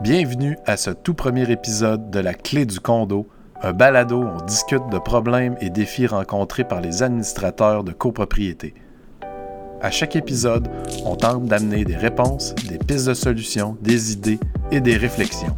Bienvenue à ce tout premier épisode de La Clé du condo, un balado où on discute de problèmes et défis rencontrés par les administrateurs de copropriété. À chaque épisode, on tente d'amener des réponses, des pistes de solutions, des idées et des réflexions.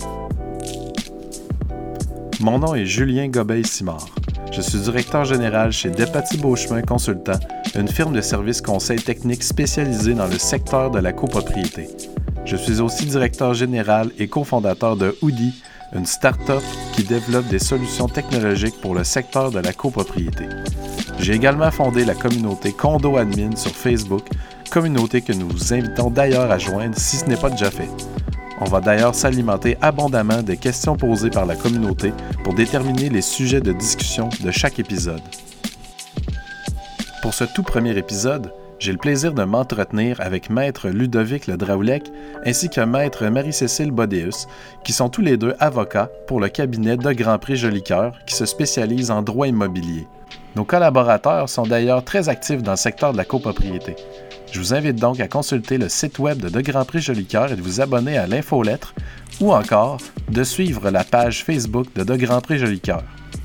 Mon nom est Julien Gobeil-Simard. Je suis directeur général chez Despatie Beauchemin Consultants, une firme de services conseils techniques spécialisée dans le secteur de la copropriété. Je suis aussi directeur général et cofondateur de Oudi, une start-up qui développe des solutions technologiques pour le secteur de la copropriété. J'ai également fondé la communauté Condo Admin sur Facebook, communauté que nous vous invitons d'ailleurs à joindre si ce n'est pas déjà fait. On va d'ailleurs s'alimenter abondamment des questions posées par la communauté pour déterminer les sujets de discussion de chaque épisode. Pour ce tout premier épisode, j'ai le plaisir de m'entretenir avec Maître Ludovic Ledraoulec ainsi que Maître Marie-Cécile Bodéus, qui sont tous les deux avocats pour le cabinet de Grand Prix Jolicoeur qui se spécialise en droit immobilier. Nos collaborateurs sont d'ailleurs très actifs dans le secteur de la copropriété. Je vous invite donc à consulter le site web de Grand Prix Jolicoeur et de vous abonner à l'infolettre ou encore de suivre la page Facebook de Grand Prix Jolicoeur.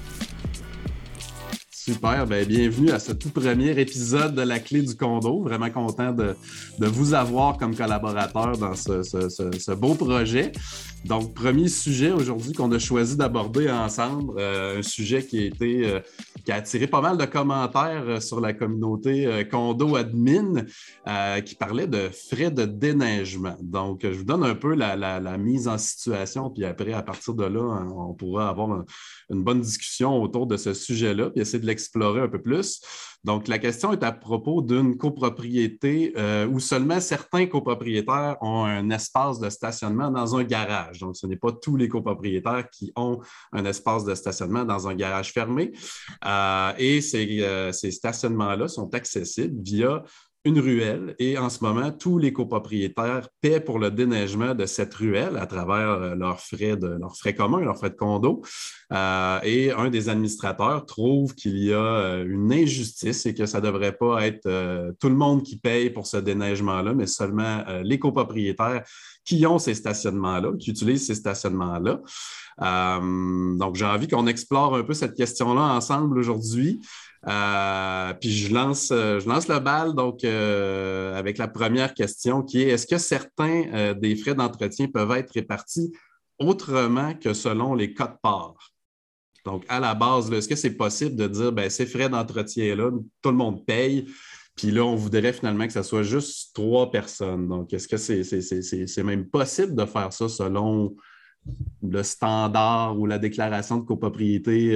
Super, bienvenue à ce tout premier épisode de La Clé du condo. Vraiment content de vous avoir comme collaborateur dans ce beau projet. Donc, premier sujet aujourd'hui qu'on a choisi d'aborder ensemble, un sujet qui a attiré pas mal de commentaires sur la communauté Condo Admin, qui parlait de frais de déneigement. Donc, je vous donne un peu la mise en situation, puis après, à partir de là, on pourra avoir une bonne discussion autour de ce sujet-là, puis essayer de l'explorer un peu plus. Donc, la question est à propos d'une copropriété où seulement certains copropriétaires ont un espace de stationnement dans un garage. Donc, ce n'est pas tous les copropriétaires qui ont un espace de stationnement dans un garage fermé. Et ces stationnements-là sont accessibles via une ruelle et en ce moment, tous les copropriétaires paient pour le déneigement de cette ruelle à travers leurs frais communs, leurs frais de condo. Et un des administrateurs trouve qu'il y a une injustice et que ça ne devrait pas être tout le monde qui paye pour ce déneigement-là, mais seulement les copropriétaires qui ont ces stationnements-là, qui utilisent ces stationnements-là. Donc, j'ai envie qu'on explore un peu cette question-là ensemble aujourd'hui. Puis je lance le bal donc avec la première question qui est: est-ce que certains des frais d'entretien peuvent être répartis autrement que selon les quotes-parts? Donc, à la base, là, est-ce que c'est possible de dire ces frais d'entretien-là, tout le monde paye, puis là, on voudrait finalement que ça soit juste 3 personnes. Donc, est-ce que c'est même possible de faire ça selon le standard ou la déclaration de copropriété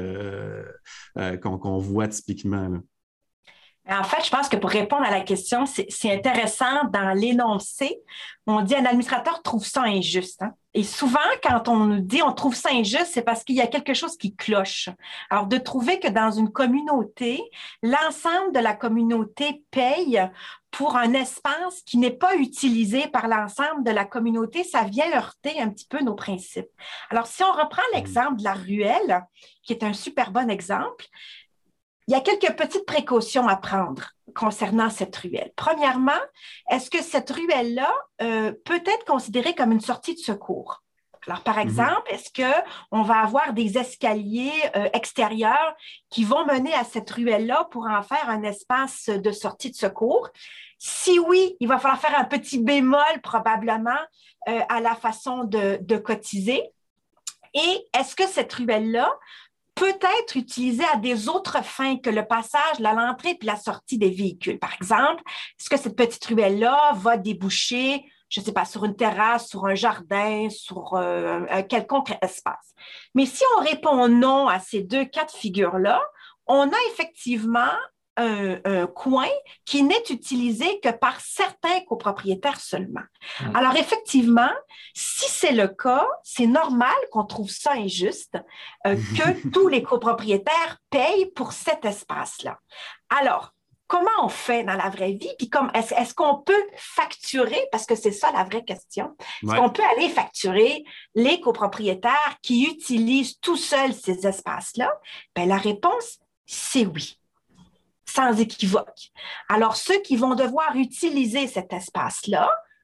qu'on voit typiquement, là? En fait, je pense que pour répondre à la question, c'est intéressant dans l'énoncé. On dit un administrateur trouve ça injuste. Hein? Et souvent, quand on nous dit on trouve ça injuste, c'est parce qu'il y a quelque chose qui cloche. Alors, de trouver que dans une communauté, l'ensemble de la communauté paye pour un espace qui n'est pas utilisé par l'ensemble de la communauté, ça vient heurter un petit peu nos principes. Alors, si on reprend l'exemple de la ruelle, qui est un super bon exemple, il y a quelques petites précautions à prendre concernant cette ruelle. Premièrement, est-ce que cette ruelle-là peut être considérée comme une sortie de secours? Alors, par exemple, est-ce qu'on va avoir des escaliers extérieurs qui vont mener à cette ruelle-là pour en faire un espace de sortie de secours? Si oui, il va falloir faire un petit bémol probablement à la façon de cotiser. Et est-ce que cette ruelle-là peut être utilisée à des autres fins que le passage, l'entrée puis la sortie des véhicules? Par exemple, est-ce que cette petite ruelle-là va déboucher, je ne sais pas, sur une terrasse, sur un jardin, sur un quelconque espace? Mais si on répond non à ces 2 cas de figure-là, on a effectivement un coin qui n'est utilisé que par certains copropriétaires seulement. Alors, effectivement, si c'est le cas, c'est normal qu'on trouve ça injuste que tous les copropriétaires payent pour cet espace-là. Alors, comment on fait dans la vraie vie? Puis est-ce qu'on peut facturer, parce que c'est ça la vraie question, est-ce qu'on peut aller facturer les copropriétaires qui utilisent tout seuls ces espaces-là? Bien, la réponse, c'est oui. Sans équivoque. Alors, ceux qui vont devoir utiliser cet espace-là,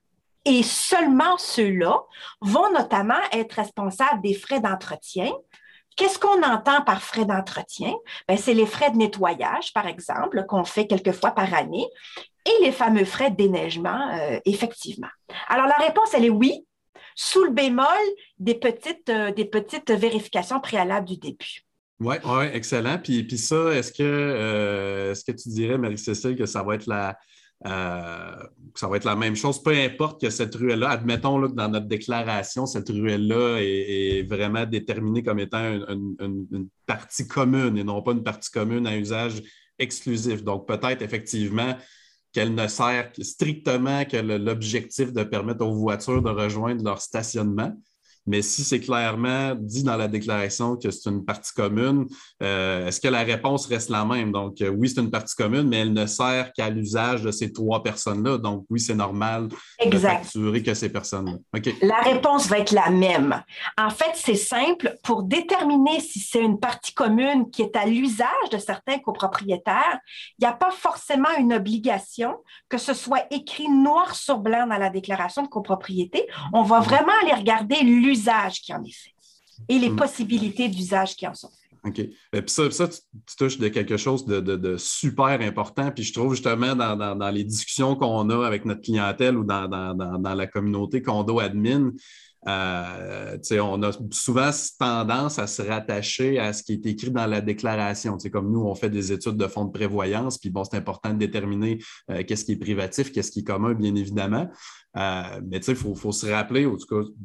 Et seulement ceux-là vont notamment être responsables des frais d'entretien. Qu'est-ce qu'on entend par frais d'entretien? Bien, c'est les frais de nettoyage, par exemple, qu'on fait quelques fois par année, et les fameux frais de déneigement, effectivement. Alors, la réponse, elle est oui, sous le bémol des petites vérifications préalables du début. Oui, excellent. Puis ça, est-ce que tu dirais, Marie-Cécile, que ça va être la même chose, peu importe que cette ruelle-là, admettons là, que dans notre déclaration, cette ruelle-là est vraiment déterminée comme étant une partie commune et non pas une partie commune à usage exclusif. Donc, peut-être effectivement qu'elle ne sert strictement que l'objectif de permettre aux voitures de rejoindre leur stationnement. Mais si c'est clairement dit dans la déclaration que c'est une partie commune, est-ce que la réponse reste la même? Donc, oui, c'est une partie commune, mais elle ne sert qu'à l'usage de ces 3 personnes-là. Donc, oui, c'est normal de facturer que ces personnes-là. Okay. La réponse va être la même. En fait, c'est simple. Pour déterminer si c'est une partie commune qui est à l'usage de certains copropriétaires, il n'y a pas forcément une obligation que ce soit écrit noir sur blanc dans la déclaration de copropriété. On va vraiment aller regarder l'usage qui en est fait et les possibilités d'usage qui en sont faites. OK. Puis ça tu touches de quelque chose de super important. Puis je trouve justement dans les discussions qu'on a avec notre clientèle ou dans la communauté condo-admin, on a souvent tendance à se rattacher à ce qui est écrit dans la déclaration. Comme nous, on fait des études de fonds de prévoyance, puis bon, c'est important de déterminer qu'est-ce qui est privatif, qu'est-ce qui est commun, bien évidemment. Mais il faut se rappeler, en tout cas,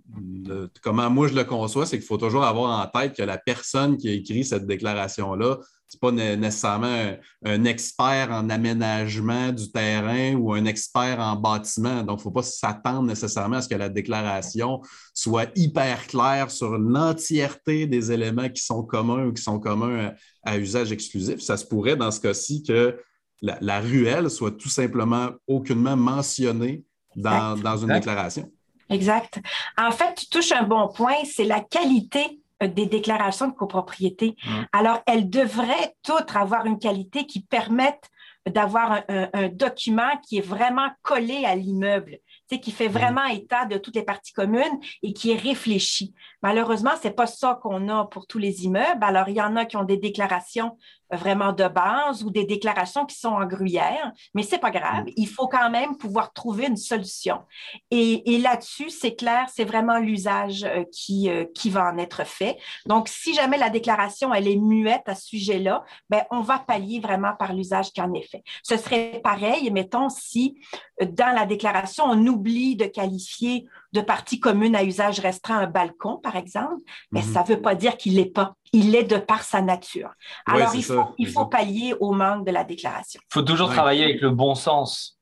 comment moi je le conçois, c'est qu'il faut toujours avoir en tête que la personne qui a écrit cette déclaration-là, ce n'est pas nécessairement un expert en aménagement du terrain ou un expert en bâtiment. Donc, il ne faut pas s'attendre nécessairement à ce que la déclaration soit hyper claire sur l'entièreté des éléments qui sont communs ou qui sont communs à usage exclusif. Ça se pourrait, dans ce cas-ci, que la ruelle soit tout simplement aucunement mentionnée dans une déclaration. Exact. En fait, tu touches un bon point, c'est la qualité des déclarations de copropriété. Alors, elles devraient toutes avoir une qualité qui permette d'avoir un document qui est vraiment collé à l'immeuble, qui fait vraiment état de toutes les parties communes et qui est réfléchi. Malheureusement, ce n'est pas ça qu'on a pour tous les immeubles. Alors, il y en a qui ont des déclarations vraiment de base ou des déclarations qui sont en gruyère, mais ce n'est pas grave. Il faut quand même pouvoir trouver une solution. Et là-dessus, c'est clair, c'est vraiment l'usage qui va en être fait. Donc, si jamais la déclaration, elle est muette à ce sujet-là, ben, on va pallier vraiment par l'usage qui en est fait. Ce serait pareil, mettons, si dans la déclaration, on oublie de qualifier de partie commune à usage restreint un balcon, par exemple, mais ça ne veut pas dire qu'il ne l'est pas. Il l'est de par sa nature. Alors, il faut pallier au manque de la déclaration. Il faut toujours travailler avec le bon sens.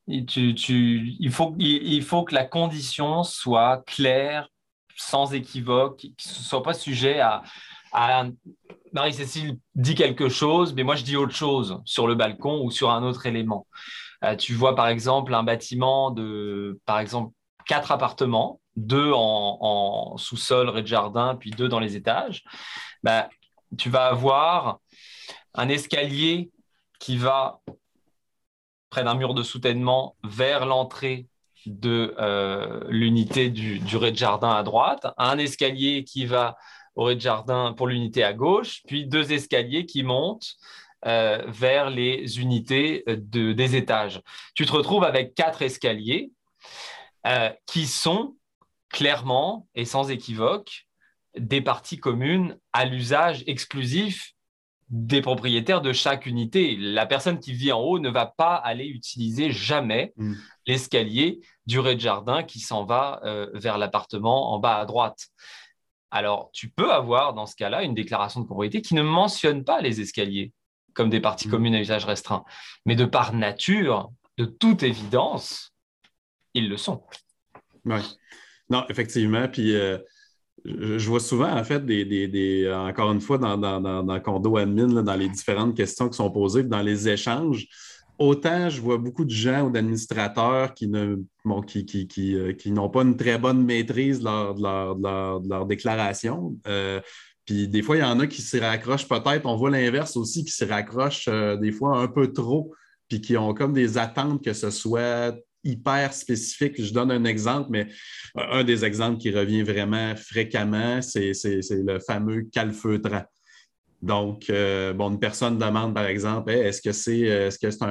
Il faut que la condition soit claire, sans équivoque, qu'il ne soit pas sujet à Marie-Cécile dit quelque chose, mais moi je dis autre chose sur le balcon ou sur un autre élément. Tu vois par exemple un bâtiment de, par exemple, 4 appartements, 2 en sous-sol, rez-de-jardin, puis 2 dans les étages. Tu vas avoir un escalier qui va près d'un mur de soutènement vers l'entrée de l'unité du rez-de-jardin à droite, un escalier qui va au rez-de-jardin pour l'unité à gauche, puis 2 escaliers qui montent vers les unités des étages. Tu te retrouves avec 4 escaliers qui sont clairement et sans équivoque des parties communes à l'usage exclusif des propriétaires de chaque unité. La personne qui vit en haut ne va pas aller utiliser jamais l'escalier du rez-de-jardin qui s'en va vers l'appartement en bas à droite. Alors, tu peux avoir dans ce cas-là une déclaration de propriété qui ne mentionne pas les escaliers comme des parties communes à usage restreint. Mais de par nature, de toute évidence, ils le sont. Oui. Non, effectivement. Puis, je vois souvent, en fait, encore une fois, dans Condo Admin, là, dans les différentes questions qui sont posées, dans les échanges, autant je vois beaucoup de gens ou d'administrateurs qui n'ont pas une très bonne maîtrise de leur déclaration. Puis des fois, il y en a qui s'y raccrochent peut-être. On voit l'inverse aussi, qui s'y raccrochent des fois un peu trop, puis qui ont comme des attentes que ce soit hyper spécifiques. Je donne un exemple, mais un des exemples qui revient vraiment fréquemment, c'est le fameux calfeutrant. Donc, une personne demande, par exemple, hey, est-ce que c'est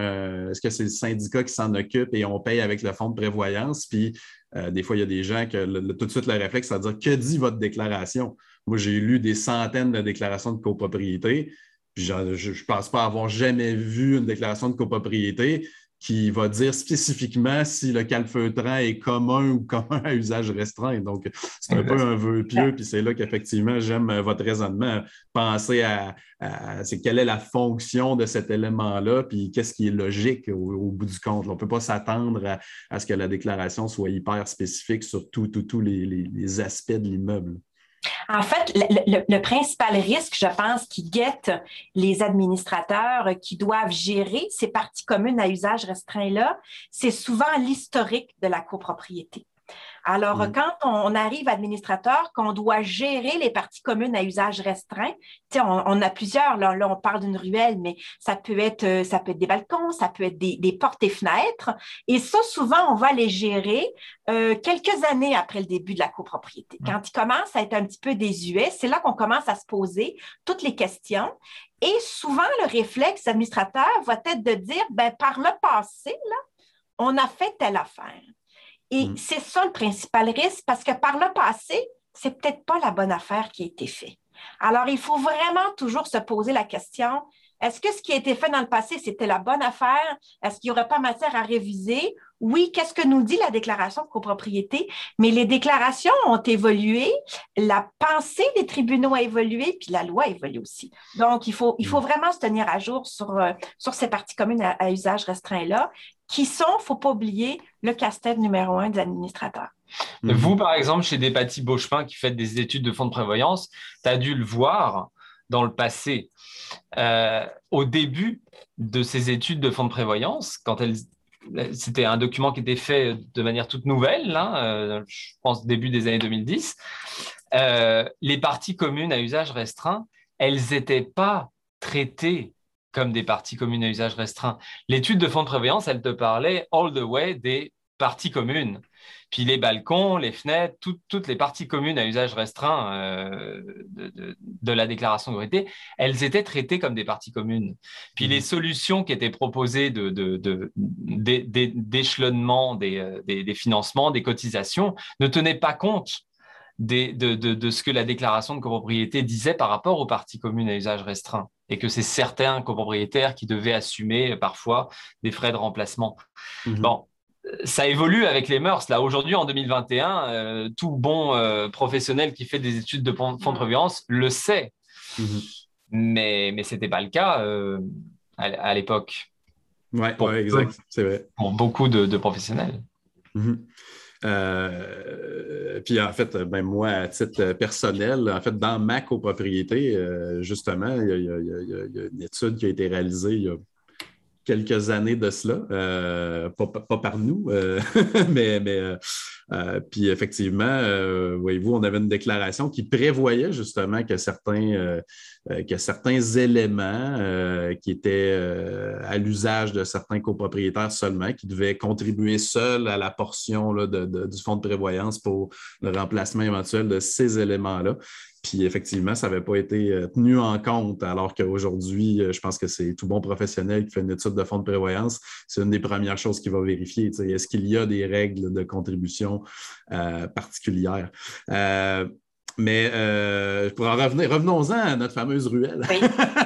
le syndicat qui s'en occupe et on paye avec le fonds de prévoyance? Puis, des fois, il y a des gens que tout de suite, le réflexe, c'est de dire, que dit votre déclaration? Moi, j'ai lu des centaines de déclarations de copropriété. Puis, je ne pense pas avoir jamais vu une déclaration de copropriété qui va dire spécifiquement si le calfeutrant est commun ou commun à usage restreint. Donc, c'est un peu un vœu pieux, puis c'est là qu'effectivement, j'aime votre raisonnement. Penser à c'est quelle est la fonction de cet élément-là, puis qu'est-ce qui est logique au bout du compte. On ne peut pas s'attendre à ce que la déclaration soit hyper spécifique sur tous les aspects de l'immeuble. En fait, le principal risque, je pense, qui guette les administrateurs qui doivent gérer ces parties communes à usage restreint-là, c'est souvent l'historique de la copropriété. Alors, quand on arrive administrateur, qu'on doit gérer les parties communes à usage restreint, on a plusieurs, là on parle d'une ruelle, mais ça peut être des balcons, ça peut être des portes et fenêtres. Et ça, souvent, on va les gérer quelques années après le début de la copropriété. Quand il commence à être un petit peu désuet, c'est là qu'on commence à se poser toutes les questions. Et souvent, le réflexe administrateur va être de dire, par le passé, là, on a fait telle affaire. Et c'est ça le principal risque, parce que par le passé, c'est peut-être pas la bonne affaire qui a été faite. Alors, il faut vraiment toujours se poser la question, est-ce que ce qui a été fait dans le passé, c'était la bonne affaire? Est-ce qu'il n'y aurait pas matière à réviser? Oui, qu'est-ce que nous dit la déclaration de copropriété? Mais les déclarations ont évolué, la pensée des tribunaux a évolué, puis la loi a évolué aussi. Donc, il faut vraiment se tenir à jour sur ces parties communes à usage restreint-là, qui sont, il ne faut pas oublier, le casse-tête numéro 1 des administrateurs. Vous, par exemple, chez Despatie Beauchemin, qui faites des études de fonds de prévoyance, tu as dû le voir dans le passé. Au début de ces études de fonds de prévoyance, c'était un document qui était fait de manière toute nouvelle, je pense début des années 2010, les parties communes à usage restreint, elles n'étaient pas traitées comme des parties communes à usage restreint. L'étude de fonds de prévoyance, elle te parlait all the way des parties communes. Puis les balcons, les fenêtres, toutes les parties communes à usage restreint de la déclaration de propriété, elles étaient traitées comme des parties communes. Puis les solutions qui étaient proposées d'échelonnement des financements, des cotisations, ne tenaient pas compte de ce que la déclaration de copropriété disait par rapport aux parties communes à usage restreint, et que c'est certains copropriétaires qui devaient assumer parfois des frais de remplacement. Bon, ça évolue avec les mœurs. Là, aujourd'hui, en 2021, tout bon professionnel qui fait des études de fonds de prévoyance le sait. Mais ce n'était pas le cas à l'époque. Oui, exact, c'est vrai. Pour beaucoup de professionnels. Puis en fait, moi, à titre personnel, en fait, dans ma copropriété, justement, il y a une étude qui a été réalisée il y a quelques années de cela, pas par nous, mais puis effectivement, voyez-vous, on avait une déclaration qui prévoyait justement que certains éléments qui étaient à l'usage de certains copropriétaires seulement, qui devaient contribuer seuls à la portion là, du fonds de prévoyance pour le remplacement éventuel de ces éléments-là. Puis effectivement, ça n'avait pas été tenu en compte, alors qu'aujourd'hui, je pense que c'est tout bon professionnel qui fait une étude de fonds de prévoyance. C'est une des premières choses qu'il va vérifier. Est-ce qu'il y a des règles de contribution particulières? Mais pour en revenir, revenons-en à notre fameuse ruelle. Oui.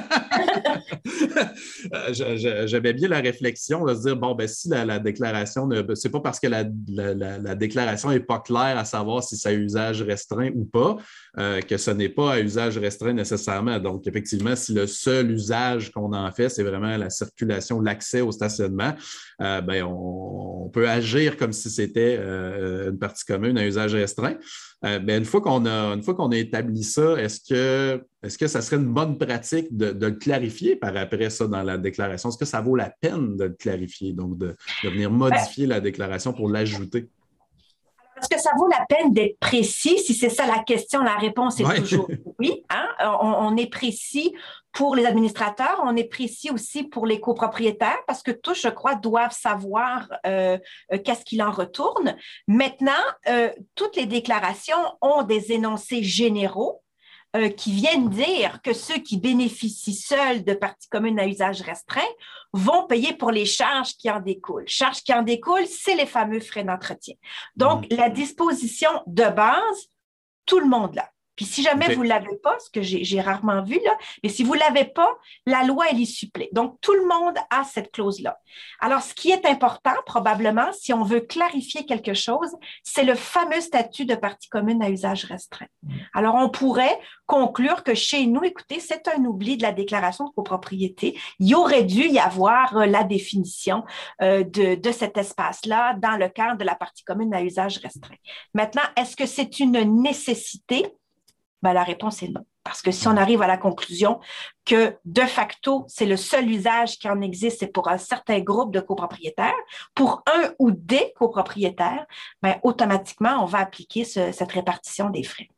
J'avais bien la réflexion de se dire, si la déclaration, c'est pas parce que la déclaration n'est pas claire à savoir si c'est à usage restreint ou pas, que ce n'est pas à usage restreint nécessairement. Donc, effectivement, si le seul usage qu'on en fait, c'est vraiment la circulation, l'accès au stationnement, on peut agir comme si c'était une partie commune à usage restreint. Une fois qu'on a établi ça, est-ce que ça serait une bonne pratique de le clarifier par après ça dans la déclaration? Est-ce que ça vaut la peine de le clarifier, donc de venir modifier la déclaration pour l'ajouter? Est-ce que ça vaut la peine d'être précis? Si c'est ça la question, la réponse est toujours oui. On est précis pour les administrateurs, on est précis aussi pour les copropriétaires parce que tous, je crois, doivent savoir qu'est-ce qu'il en retourne. Maintenant, toutes les déclarations ont des énoncés généraux qui viennent dire que ceux qui bénéficient seuls de parties communes à usage restreint vont payer pour les charges qui en découlent. Charges qui en découlent, c'est les fameux frais d'entretien. Donc, la disposition de base, tout le monde l'a. Puis si jamais vous ne l'avez pas, ce que j'ai rarement vu, là, mais si vous ne l'avez pas, la loi, elle y supplée. Donc, tout le monde a cette clause-là. Alors, ce qui est important, probablement, si on veut clarifier quelque chose, c'est le fameux statut de partie commune à usage restreint. Alors, on pourrait conclure que chez nous, écoutez, c'est un oubli de la déclaration de copropriété. Il aurait dû y avoir la définition de cet espace-là dans le cadre de la partie commune à usage restreint. Maintenant, est-ce que c'est une nécessité? Ben, la réponse est non. Parce que si on arrive à la conclusion que, de facto, c'est le seul usage qui en existe, c'est pour un certain groupe de copropriétaires, pour un ou des copropriétaires, ben, automatiquement, on va appliquer cette répartition des frais.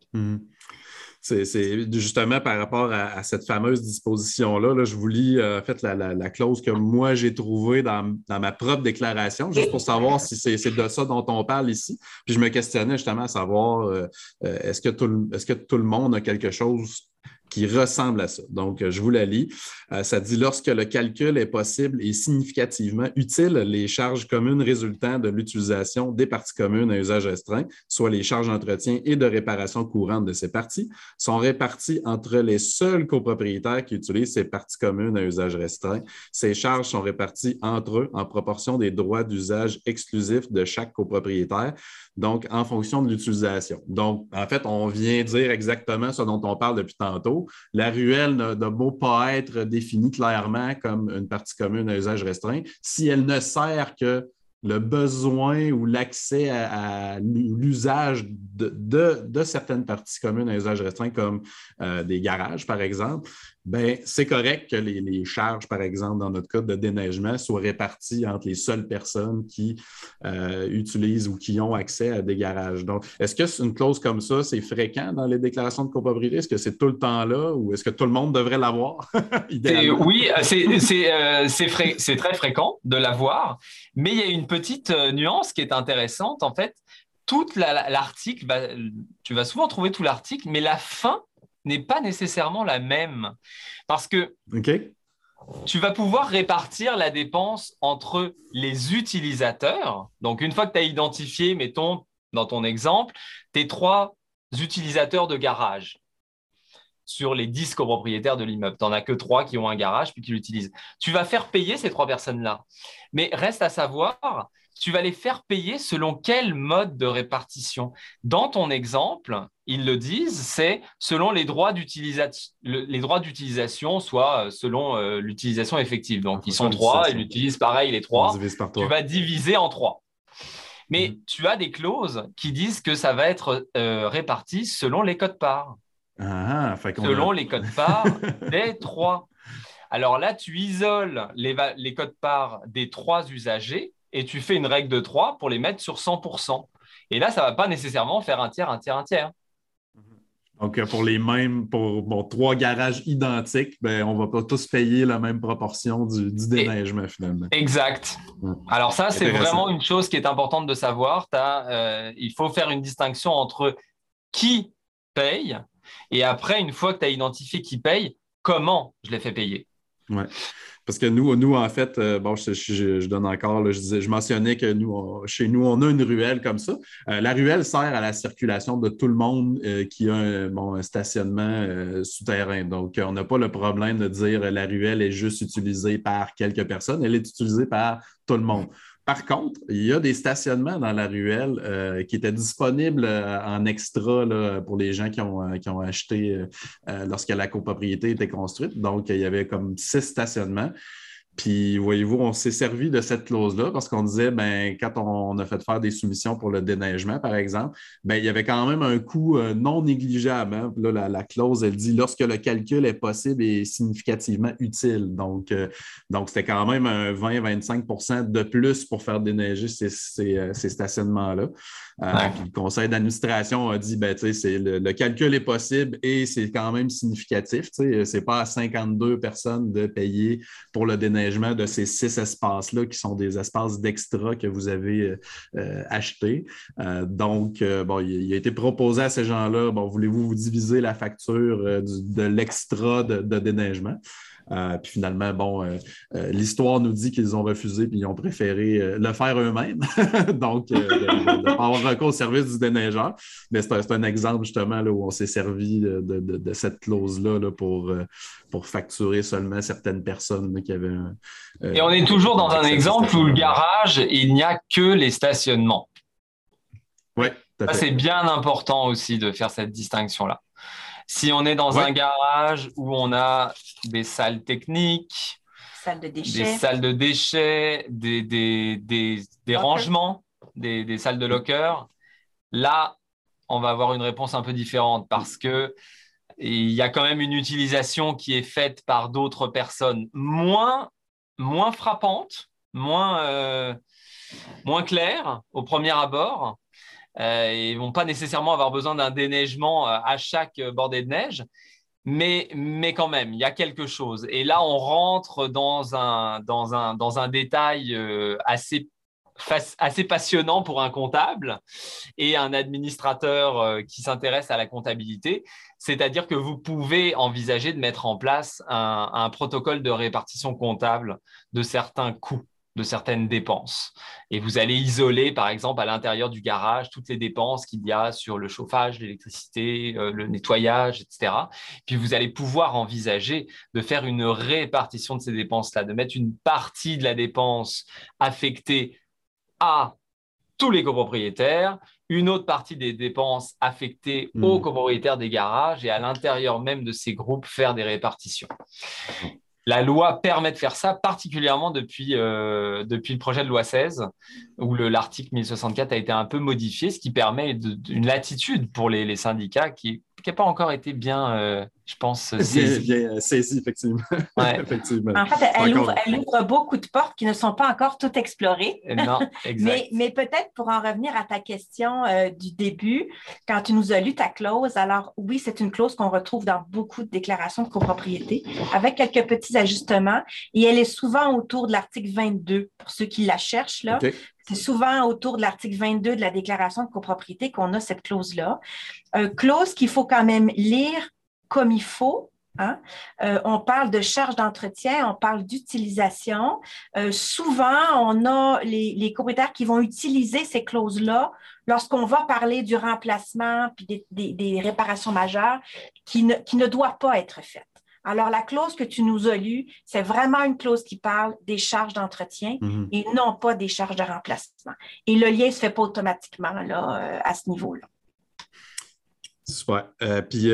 C'est justement par rapport à cette fameuse disposition-là, là, je vous lis en fait la clause que moi j'ai trouvée dans ma propre déclaration, juste pour savoir si c'est de ça dont on parle ici. Puis je me questionnais justement à savoir est-ce que tout le monde a quelque chose qui ressemble à ça. Donc, je vous la lis. Ça dit « Lorsque le calcul est possible et significativement utile, les charges communes résultant de l'utilisation des parties communes à usage restreint, soit les charges d'entretien et de réparation courantes de ces parties, sont réparties entre les seuls copropriétaires qui utilisent ces parties communes à usage restreint. Ces charges sont réparties entre eux en proportion des droits d'usage exclusifs de chaque copropriétaire, donc en fonction de l'utilisation. » Donc, en fait, on vient dire exactement ce dont on parle depuis tantôt. La ruelle n'a beau pas être définie clairement comme une partie commune à usage restreint, si elle ne sert que le besoin ou l'accès à l'usage de certaines parties communes à usage restreint, comme des garages, par exemple, ben, c'est correct que les charges, par exemple, dans notre cas de déneigement, soient réparties entre les seules personnes qui utilisent ou qui ont accès à des garages. Donc, est-ce que une clause comme ça, c'est fréquent dans les déclarations de copropriété? Est-ce que c'est tout le temps là ou est-ce que tout le monde devrait l'avoir? Oui, c'est très fréquent de l'avoir, mais il y a une petite nuance qui est intéressante. En fait, toute l'article, tu vas souvent trouver tout l'article, mais la fin n'est pas nécessairement la même. Parce que tu vas pouvoir répartir la dépense entre les utilisateurs. Donc, une fois que tu as identifié, mettons, dans ton exemple, tes 3 utilisateurs de garage sur les 10 copropriétaires de l'immeuble. Tu n'en as que 3 qui ont un garage puis qui l'utilisent. Tu vas faire payer ces 3 personnes-là. Mais reste à savoir, tu vas les faire payer selon quel mode de répartition. Dans ton exemple, ils le disent, c'est selon les droits d'utilisation, soit selon l'utilisation effective. Donc, ils sont 3, ils utilisent pareil les 3. Tu vas diviser en 3. Mais tu as des clauses qui disent que ça va être réparti selon les codes-parts. Selon les codes-parts des 3. Alors là, tu isoles les codes-parts des 3 usagers et tu fais une règle de 3 pour les mettre sur 100%. Et là, ça ne va pas nécessairement faire un tiers, un tiers, un tiers. Donc, pour 3 garages identiques, ben, on ne va pas tous payer la même proportion du déneigement, finalement. Exact. Alors ça, c'est vraiment une chose qui est importante de savoir. Il faut faire une distinction entre qui paye et après, une fois que tu as identifié qui paye, comment je les fais payer. Oui. Parce que nous en fait, je donne encore, là, je mentionnais que chez nous, on a une ruelle comme ça. La ruelle sert à la circulation de tout le monde qui a un stationnement souterrain. Donc, on n'a pas le problème de dire la ruelle est juste utilisée par quelques personnes. Elle est utilisée par tout le monde. Par contre, il y a des stationnements dans la ruelle qui étaient disponibles en extra là, pour les gens qui ont acheté lorsque la copropriété était construite. Donc, il y avait comme 6 stationnements. Puis, voyez-vous, on s'est servi de cette clause-là parce qu'on disait, ben, quand on a fait faire des soumissions pour le déneigement, par exemple, ben, il y avait quand même un coût non négligeable. Hein. Là, la clause, elle dit lorsque le calcul est possible et significativement utile. Donc c'était quand même un 20-25 de plus pour faire déneiger ces stationnements-là. Puis le conseil d'administration a dit, ben, le calcul est possible et c'est quand même significatif. C'est pas à 52 personnes de payer pour le déneigement de ces 6 espaces-là qui sont des espaces d'extra que vous avez achetés. Bon, il a été proposé à ces gens-là, bon, voulez-vous vous diviser la facture de l'extra de déneigement? Puis finalement, bon, l'histoire nous dit qu'ils ont refusé puis ils ont préféré le faire eux-mêmes. Donc, de ne pas avoir recours au service du déneigeur. Mais c'est un exemple justement là, où on s'est servi de cette clause-là là, pour facturer seulement certaines personnes là, qui avaient et on est toujours dans un exemple où le garage, il n'y a que les stationnements. Oui, tout à fait. Ça, c'est bien important aussi de faire cette distinction-là. Si on est dans un garage où on a des salles techniques, des salles de déchets, des rangements, des salles de locker, là, on va avoir une réponse un peu différente parce que il y a quand même une utilisation qui est faite par d'autres personnes moins frappante, moins claire au premier abord. Ils ne vont pas nécessairement avoir besoin d'un déneigement à chaque bordée de neige, mais quand même, il y a quelque chose. Et là, on rentre dans un détail assez passionnant pour un comptable et un administrateur qui s'intéresse à la comptabilité, c'est-à-dire que vous pouvez envisager de mettre en place un protocole de répartition comptable de certains coûts, de certaines dépenses. Et vous allez isoler, par exemple, à l'intérieur du garage, toutes les dépenses qu'il y a sur le chauffage, l'électricité, le nettoyage, etc. Puis vous allez pouvoir envisager de faire une répartition de ces dépenses-là, de mettre une partie de la dépense affectée à tous les copropriétaires, une autre partie des dépenses affectées aux copropriétaires des garages et à l'intérieur même de ces groupes, faire des répartitions. La loi permet de faire ça, particulièrement depuis le projet de loi 16, où l'article 1064 a été un peu modifié, ce qui permet une latitude pour les syndicats qui n'a pas encore été bien, je pense, saisie. Bien saisie, effectivement. Ouais. Effectivement. En fait, elle ouvre beaucoup de portes qui ne sont pas encore toutes explorées. Non, exact. Mais peut-être pour en revenir à ta question du début, quand tu nous as lu ta clause, alors oui, c'est une clause qu'on retrouve dans beaucoup de déclarations de copropriété, avec quelques petits ajustements, et elle est souvent autour de l'article 22, pour ceux qui la cherchent, là. Okay. C'est souvent autour de l'article 22 de la déclaration de copropriété qu'on a cette clause-là. Clause qu'il faut quand même lire comme il faut. Hein? On parle de charges d'entretien, on parle d'utilisation. Souvent, on a les copropriétaires qui vont utiliser ces clauses-là lorsqu'on va parler du remplacement puis des réparations majeures qui ne doivent pas être faites. Alors, la clause que tu nous as lue, c'est vraiment une clause qui parle des charges d'entretien et non pas des charges de remplacement. Et le lien ne se fait pas automatiquement là, à ce niveau-là. Super. Puis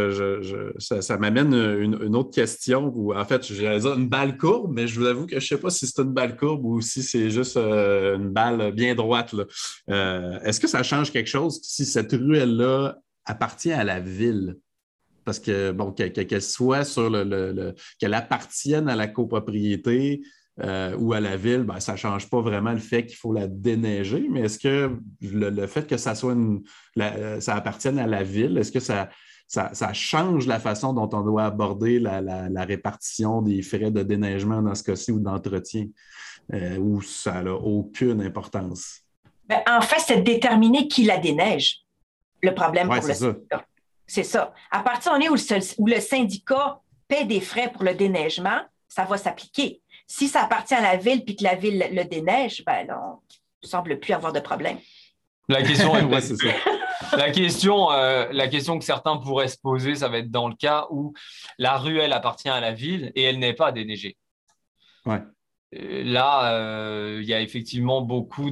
ça m'amène une autre question où, en fait, j'allais dire une balle courbe, mais je vous avoue que je ne sais pas si c'est une balle courbe ou si c'est juste une balle bien droite, là. Est-ce que ça change quelque chose si cette ruelle-là appartient à la ville? Parce que, bon, qu'elle soit sur qu'elle appartienne à la copropriété ou à la ville, ben, ça ne change pas vraiment le fait qu'il faut la déneiger, mais est-ce que le fait que ça soit ça appartienne à la ville, est-ce que ça change la façon dont on doit aborder la répartition des frais de déneigement dans ce cas-ci ou d'entretien, ou ça n'a aucune importance? Ben, en fait, c'est de déterminer qui la déneige, le problème pour le syndicat. C'est ça. À partir du moment où le syndicat paie des frais pour le déneigement, ça va s'appliquer. Si ça appartient à la ville puis que la ville le déneige, ben là, on ne semble plus avoir de problème. La question c'est ça. La question que certains pourraient se poser, ça va être dans le cas où la ruelle appartient à la ville et elle n'est pas déneigée. Ouais. Là, il y a effectivement beaucoup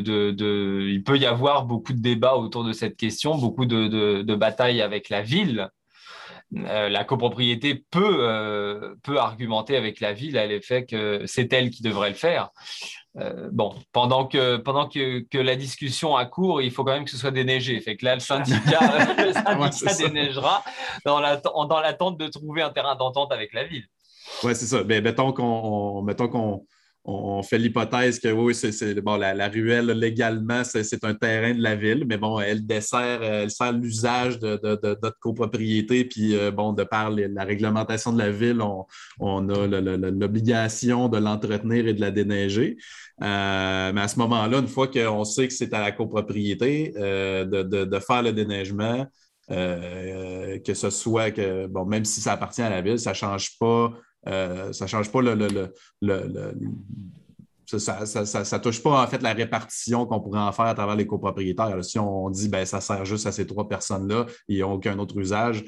il peut y avoir beaucoup de débats autour de cette question, beaucoup de batailles avec la ville. la copropriété peut argumenter avec la ville à l'effet que c'est elle qui devrait le faire. Pendant que la discussion a cours, il faut quand même que ce soit déneigé. Fait que là, le syndicat déneigera dans l'attente de trouver un terrain d'entente avec la ville. Oui, c'est ça. Ben, mettons qu'on fait l'hypothèse que oui, la ruelle, légalement, c'est un terrain de la ville, mais bon, elle sert l'usage de notre copropriété, puis de par la réglementation de la ville, on a l'obligation de l'entretenir et de la déneiger. Mais à ce moment-là, une fois qu'on sait que c'est à la copropriété, de faire le déneigement, que ce soit même si ça appartient à la ville, ça ne change pas. Ça change pas ça touche pas en fait la répartition qu'on pourrait en faire à travers les copropriétaires. Là, si on dit ça sert juste à ces 3 personnes-là et ils n'ont aucun autre usage,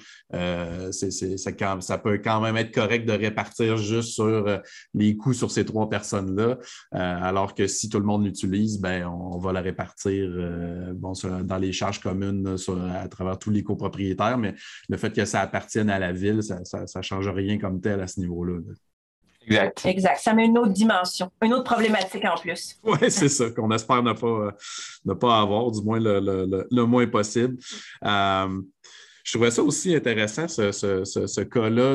ça peut quand même être correct de répartir juste sur les coûts sur ces 3 personnes-là, alors que si tout le monde l'utilise, on va la répartir dans les charges communes à travers tous les copropriétaires, mais le fait que ça appartienne à la ville, ça ne change rien comme tel à ce niveau-là. Exact. Ça met une autre dimension, une autre problématique en plus. Oui, c'est ça, qu'on espère ne pas avoir, du moins le moins possible. Je trouvais ça aussi intéressant, ce cas-là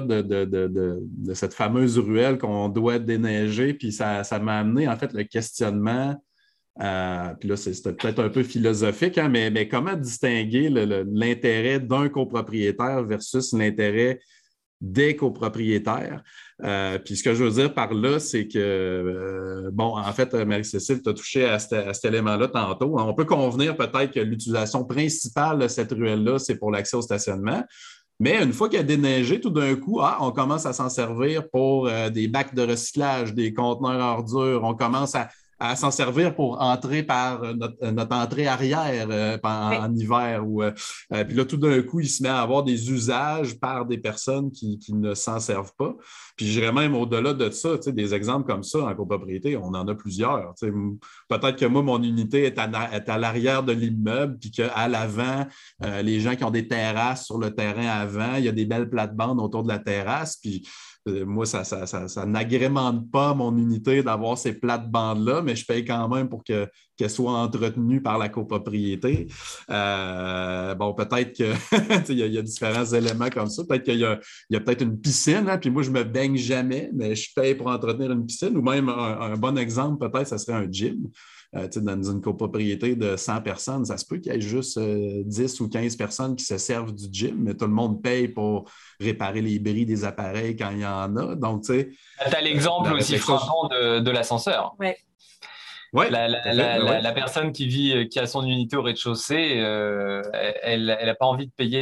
de cette fameuse ruelle qu'on doit déneiger, puis ça m'a amené en fait le questionnement. Puis là, c'était peut-être un peu philosophique, hein, mais comment distinguer l'intérêt d'un copropriétaire versus l'intérêt des copropriétaires? Puis ce que je veux dire par là, c'est que, en fait, Marie-Cécile, tu as touché à cet élément-là tantôt. On peut convenir peut-être que l'utilisation principale de cette ruelle-là, c'est pour l'accès au stationnement. Mais une fois qu'elle est déneigée, tout d'un coup, on commence à s'en servir pour des bacs de recyclage, des conteneurs ordures. On commence à s'en servir pour entrer par notre entrée arrière en hiver. Puis là, tout d'un coup, il se met à avoir des usages par des personnes qui ne s'en servent pas. Puis j'irais même au-delà de ça, des exemples comme ça en copropriété, on en a plusieurs. Peut-être que moi, mon unité est à l'arrière de l'immeuble, puis qu'à l'avant, les gens qui ont des terrasses sur le terrain avant, il y a des belles plates-bandes autour de la terrasse, puis moi, ça n'agrémente pas mon unité d'avoir ces plates-bandes-là, mais je paye quand même pour qu'elles soient entretenues par la copropriété. Peut-être qu'il y a différents éléments comme ça. Peut-être qu'il y a peut-être une piscine, hein, puis moi, je ne me baigne jamais, mais je paye pour entretenir une piscine. Ou même un bon exemple, peut-être, ça serait un gym. Dans une copropriété de 100 personnes, ça se peut qu'il y ait juste 10 ou 15 personnes qui se servent du gym, mais tout le monde paye pour réparer les bris des appareils quand il y en a. Donc, tu as l'exemple aussi frappant de l'ascenseur. Oui. Ouais, la personne qui a son unité au rez-de-chaussée, elle n'a pas envie de payer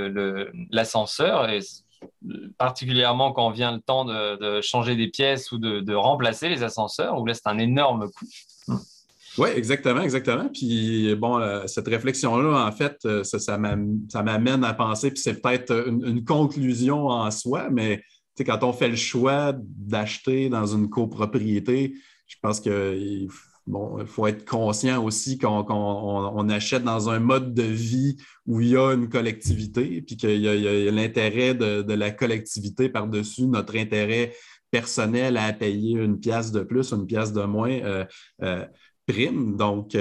l'ascenseur, et particulièrement quand vient le temps de changer des pièces ou de remplacer les ascenseurs, où là, c'est un énorme coût. Oui, exactement. Puis, cette réflexion-là, en fait, ça m'amène à penser, puis c'est peut-être une conclusion en soi, mais quand on fait le choix d'acheter dans une copropriété, je pense qu'il faut être conscient aussi qu'on achète dans un mode de vie où il y a une collectivité, puis qu'il y a l'intérêt de la collectivité par-dessus notre intérêt personnel à payer 1 pièce de plus, 1 pièce de moins. Prime. Donc,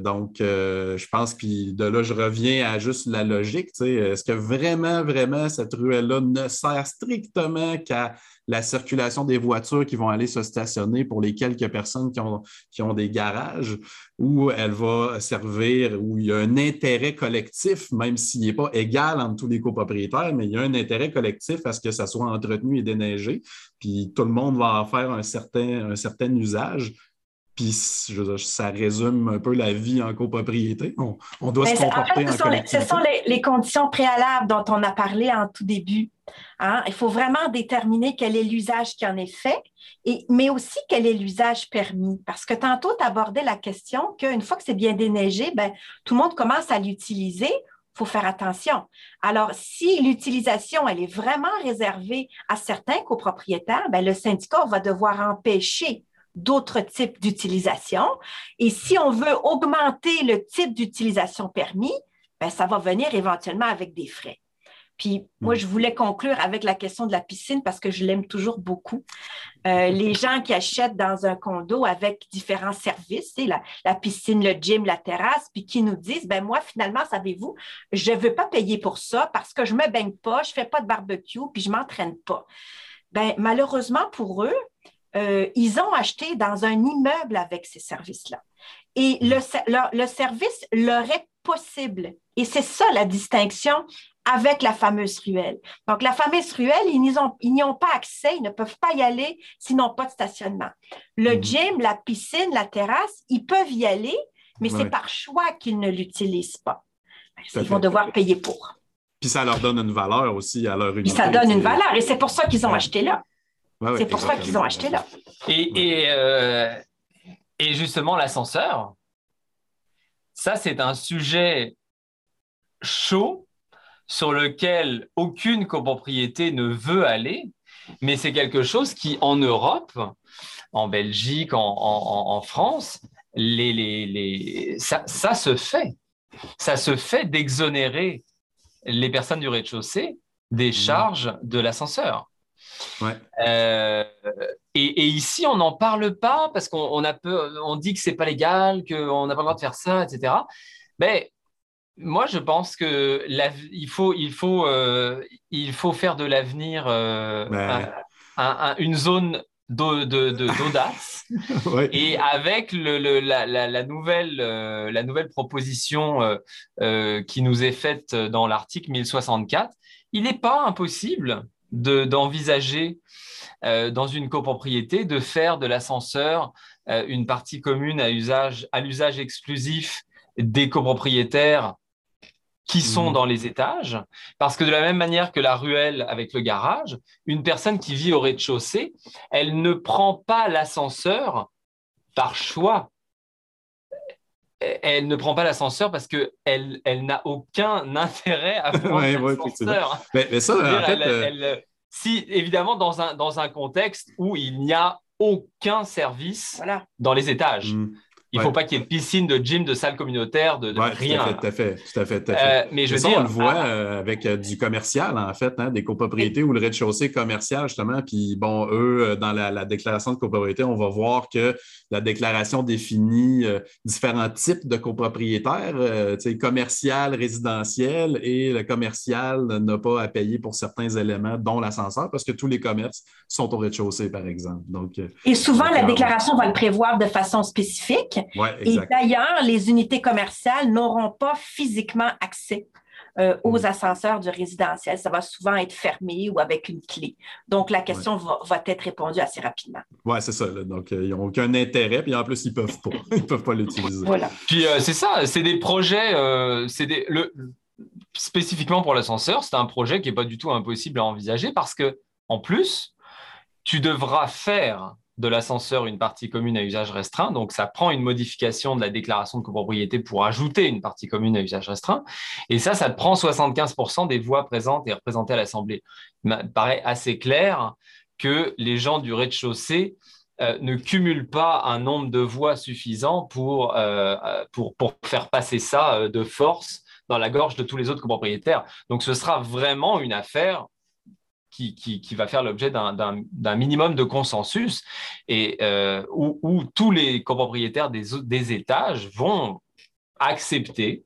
je pense, puis de là, je reviens à juste la logique. Est-ce que vraiment, cette ruelle-là ne sert strictement qu'à la circulation des voitures qui vont aller se stationner pour les quelques personnes qui ont des garages, ou elle va servir, où il y a un intérêt collectif, même s'il n'est pas égal entre tous les copropriétaires, mais il y a un intérêt collectif à ce que ça soit entretenu et déneigé, puis tout le monde va en faire un certain usage. Puis, ça résume un peu la vie en copropriété. On doit se comporter en collectivité. Ce sont les conditions préalables dont on a parlé en tout début. Hein? Il faut vraiment déterminer quel est l'usage qui en est fait, mais aussi quel est l'usage permis. Parce que tantôt, tu abordais la question qu'une fois que c'est bien déneigé, tout le monde commence à l'utiliser. Il faut faire attention. Alors, si l'utilisation, elle est vraiment réservée à certains copropriétaires, le syndicat va devoir empêcher d'autres types d'utilisation. Et si on veut augmenter le type d'utilisation permis, ça va venir éventuellement avec des frais. Puis moi, je voulais conclure avec la question de la piscine parce que je l'aime toujours beaucoup. Les gens qui achètent dans un condo avec différents services, la piscine, le gym, la terrasse, puis qui nous disent, ben moi, finalement, savez-vous, je ne veux pas payer pour ça parce que je ne me baigne pas, je ne fais pas de barbecue, puis je ne m'entraîne pas. Ben, malheureusement pour eux, ils ont acheté dans un immeuble avec ces services-là. Et le service leur est possible. Et c'est ça la distinction avec la fameuse ruelle. Donc, la fameuse ruelle, ils n'y ont pas accès, ils ne peuvent pas y aller s'ils n'ont pas de stationnement. Le gym, la piscine, la terrasse, ils peuvent y aller, mais c'est par choix qu'ils ne l'utilisent pas. Ils vont devoir payer pour. Puis ça leur donne une valeur aussi à leur unité. Puis ça donne une valeur, et c'est pour ça qu'ils ont acheté là. Ouais, c'est pour ça qu'ils ont acheté là. Et justement, l'ascenseur, ça, c'est un sujet chaud sur lequel aucune copropriété ne veut aller, mais c'est quelque chose qui, en Europe, en Belgique, en France, ça se fait. Ça se fait d'exonérer les personnes du rez-de-chaussée des charges de l'ascenseur. Ouais. Et ici, on n'en parle pas parce on dit que c'est pas légal, qu'on n'a pas le droit de faire ça, etc. Mais moi, je pense que il faut faire de l'avenir une zone d'audace. Ouais. Et avec la nouvelle proposition qui nous est faite dans l'article 1064, il n'est pas impossible d'envisager dans une copropriété de faire de l'ascenseur une partie commune à l'usage exclusif des copropriétaires qui sont dans les étages, parce que de la même manière que la ruelle avec le garage, une personne qui vit au rez-de-chaussée, elle ne prend pas l'ascenseur par choix. Elle ne prend pas l'ascenseur parce qu'elle n'a aucun intérêt à prendre l'ascenseur. Mais ça, en fait… Si, évidemment, dans un contexte où il n'y a aucun service dans les étages. Il ne faut pas qu'il y ait de piscine, de gym, de salle communautaire, de rien. Tout à fait. Mais je veux ça, dire, on le voit avec du commercial, en fait, des copropriétés ou le rez-de-chaussée commercial, justement. Puis, bon, eux, dans la déclaration de copropriété, on va voir que la déclaration définit différents types de copropriétaires, commercial, résidentiel, et le commercial n'a pas à payer pour certains éléments, dont l'ascenseur, parce que tous les commerces sont au rez-de-chaussée, par exemple. Et souvent, la déclaration va le prévoir de façon spécifique. Et d'ailleurs, les unités commerciales n'auront pas physiquement accès aux ascenseurs du résidentiel. Ça va souvent être fermé ou avec une clé. Donc, la question va être répondue assez rapidement. Oui, c'est ça. Là. Donc, ils n'ont aucun intérêt. Puis en plus, ils ne peuvent pas. Ils peuvent pas l'utiliser. Voilà. Puis, c'est ça. C'est des projets… spécifiquement pour l'ascenseur, c'est un projet qui n'est pas du tout impossible à envisager parce que, en plus, tu devras faire de l'ascenseur une partie commune à usage restreint. Donc, ça prend une modification de la déclaration de copropriété pour ajouter une partie commune à usage restreint. Et ça te prend 75% des voix présentes et représentées à l'Assemblée. Il me paraît assez clair que les gens du rez-de-chaussée ne cumulent pas un nombre de voix suffisant pour faire passer ça de force dans la gorge de tous les autres copropriétaires. Donc, ce sera vraiment une affaire qui va faire l'objet d'un minimum de consensus et où tous les copropriétaires des étages vont accepter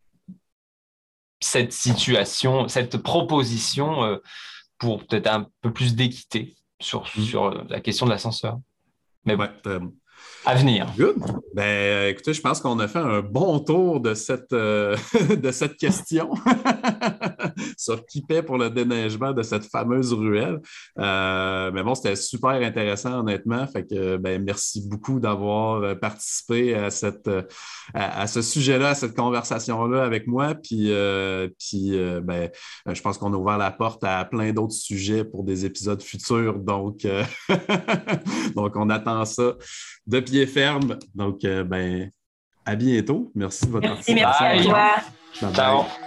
cette situation, cette proposition pour peut-être un peu plus d'équité sur la question de l'ascenseur. Mais bon. À venir. Good. Ben, écoutez, je pense qu'on a fait un bon tour de cette question sur qui paie pour le déneigement de cette fameuse ruelle. Mais bon, c'était super intéressant, honnêtement. Fait que, merci beaucoup d'avoir participé à ce sujet-là, à cette conversation-là avec moi. Puis, je pense qu'on a ouvert la porte à plein d'autres sujets pour des épisodes futurs. Donc, on attend ça de pied ferme. Donc, à bientôt. Merci de votre participation. Merci à toi. Bye bye. Ciao.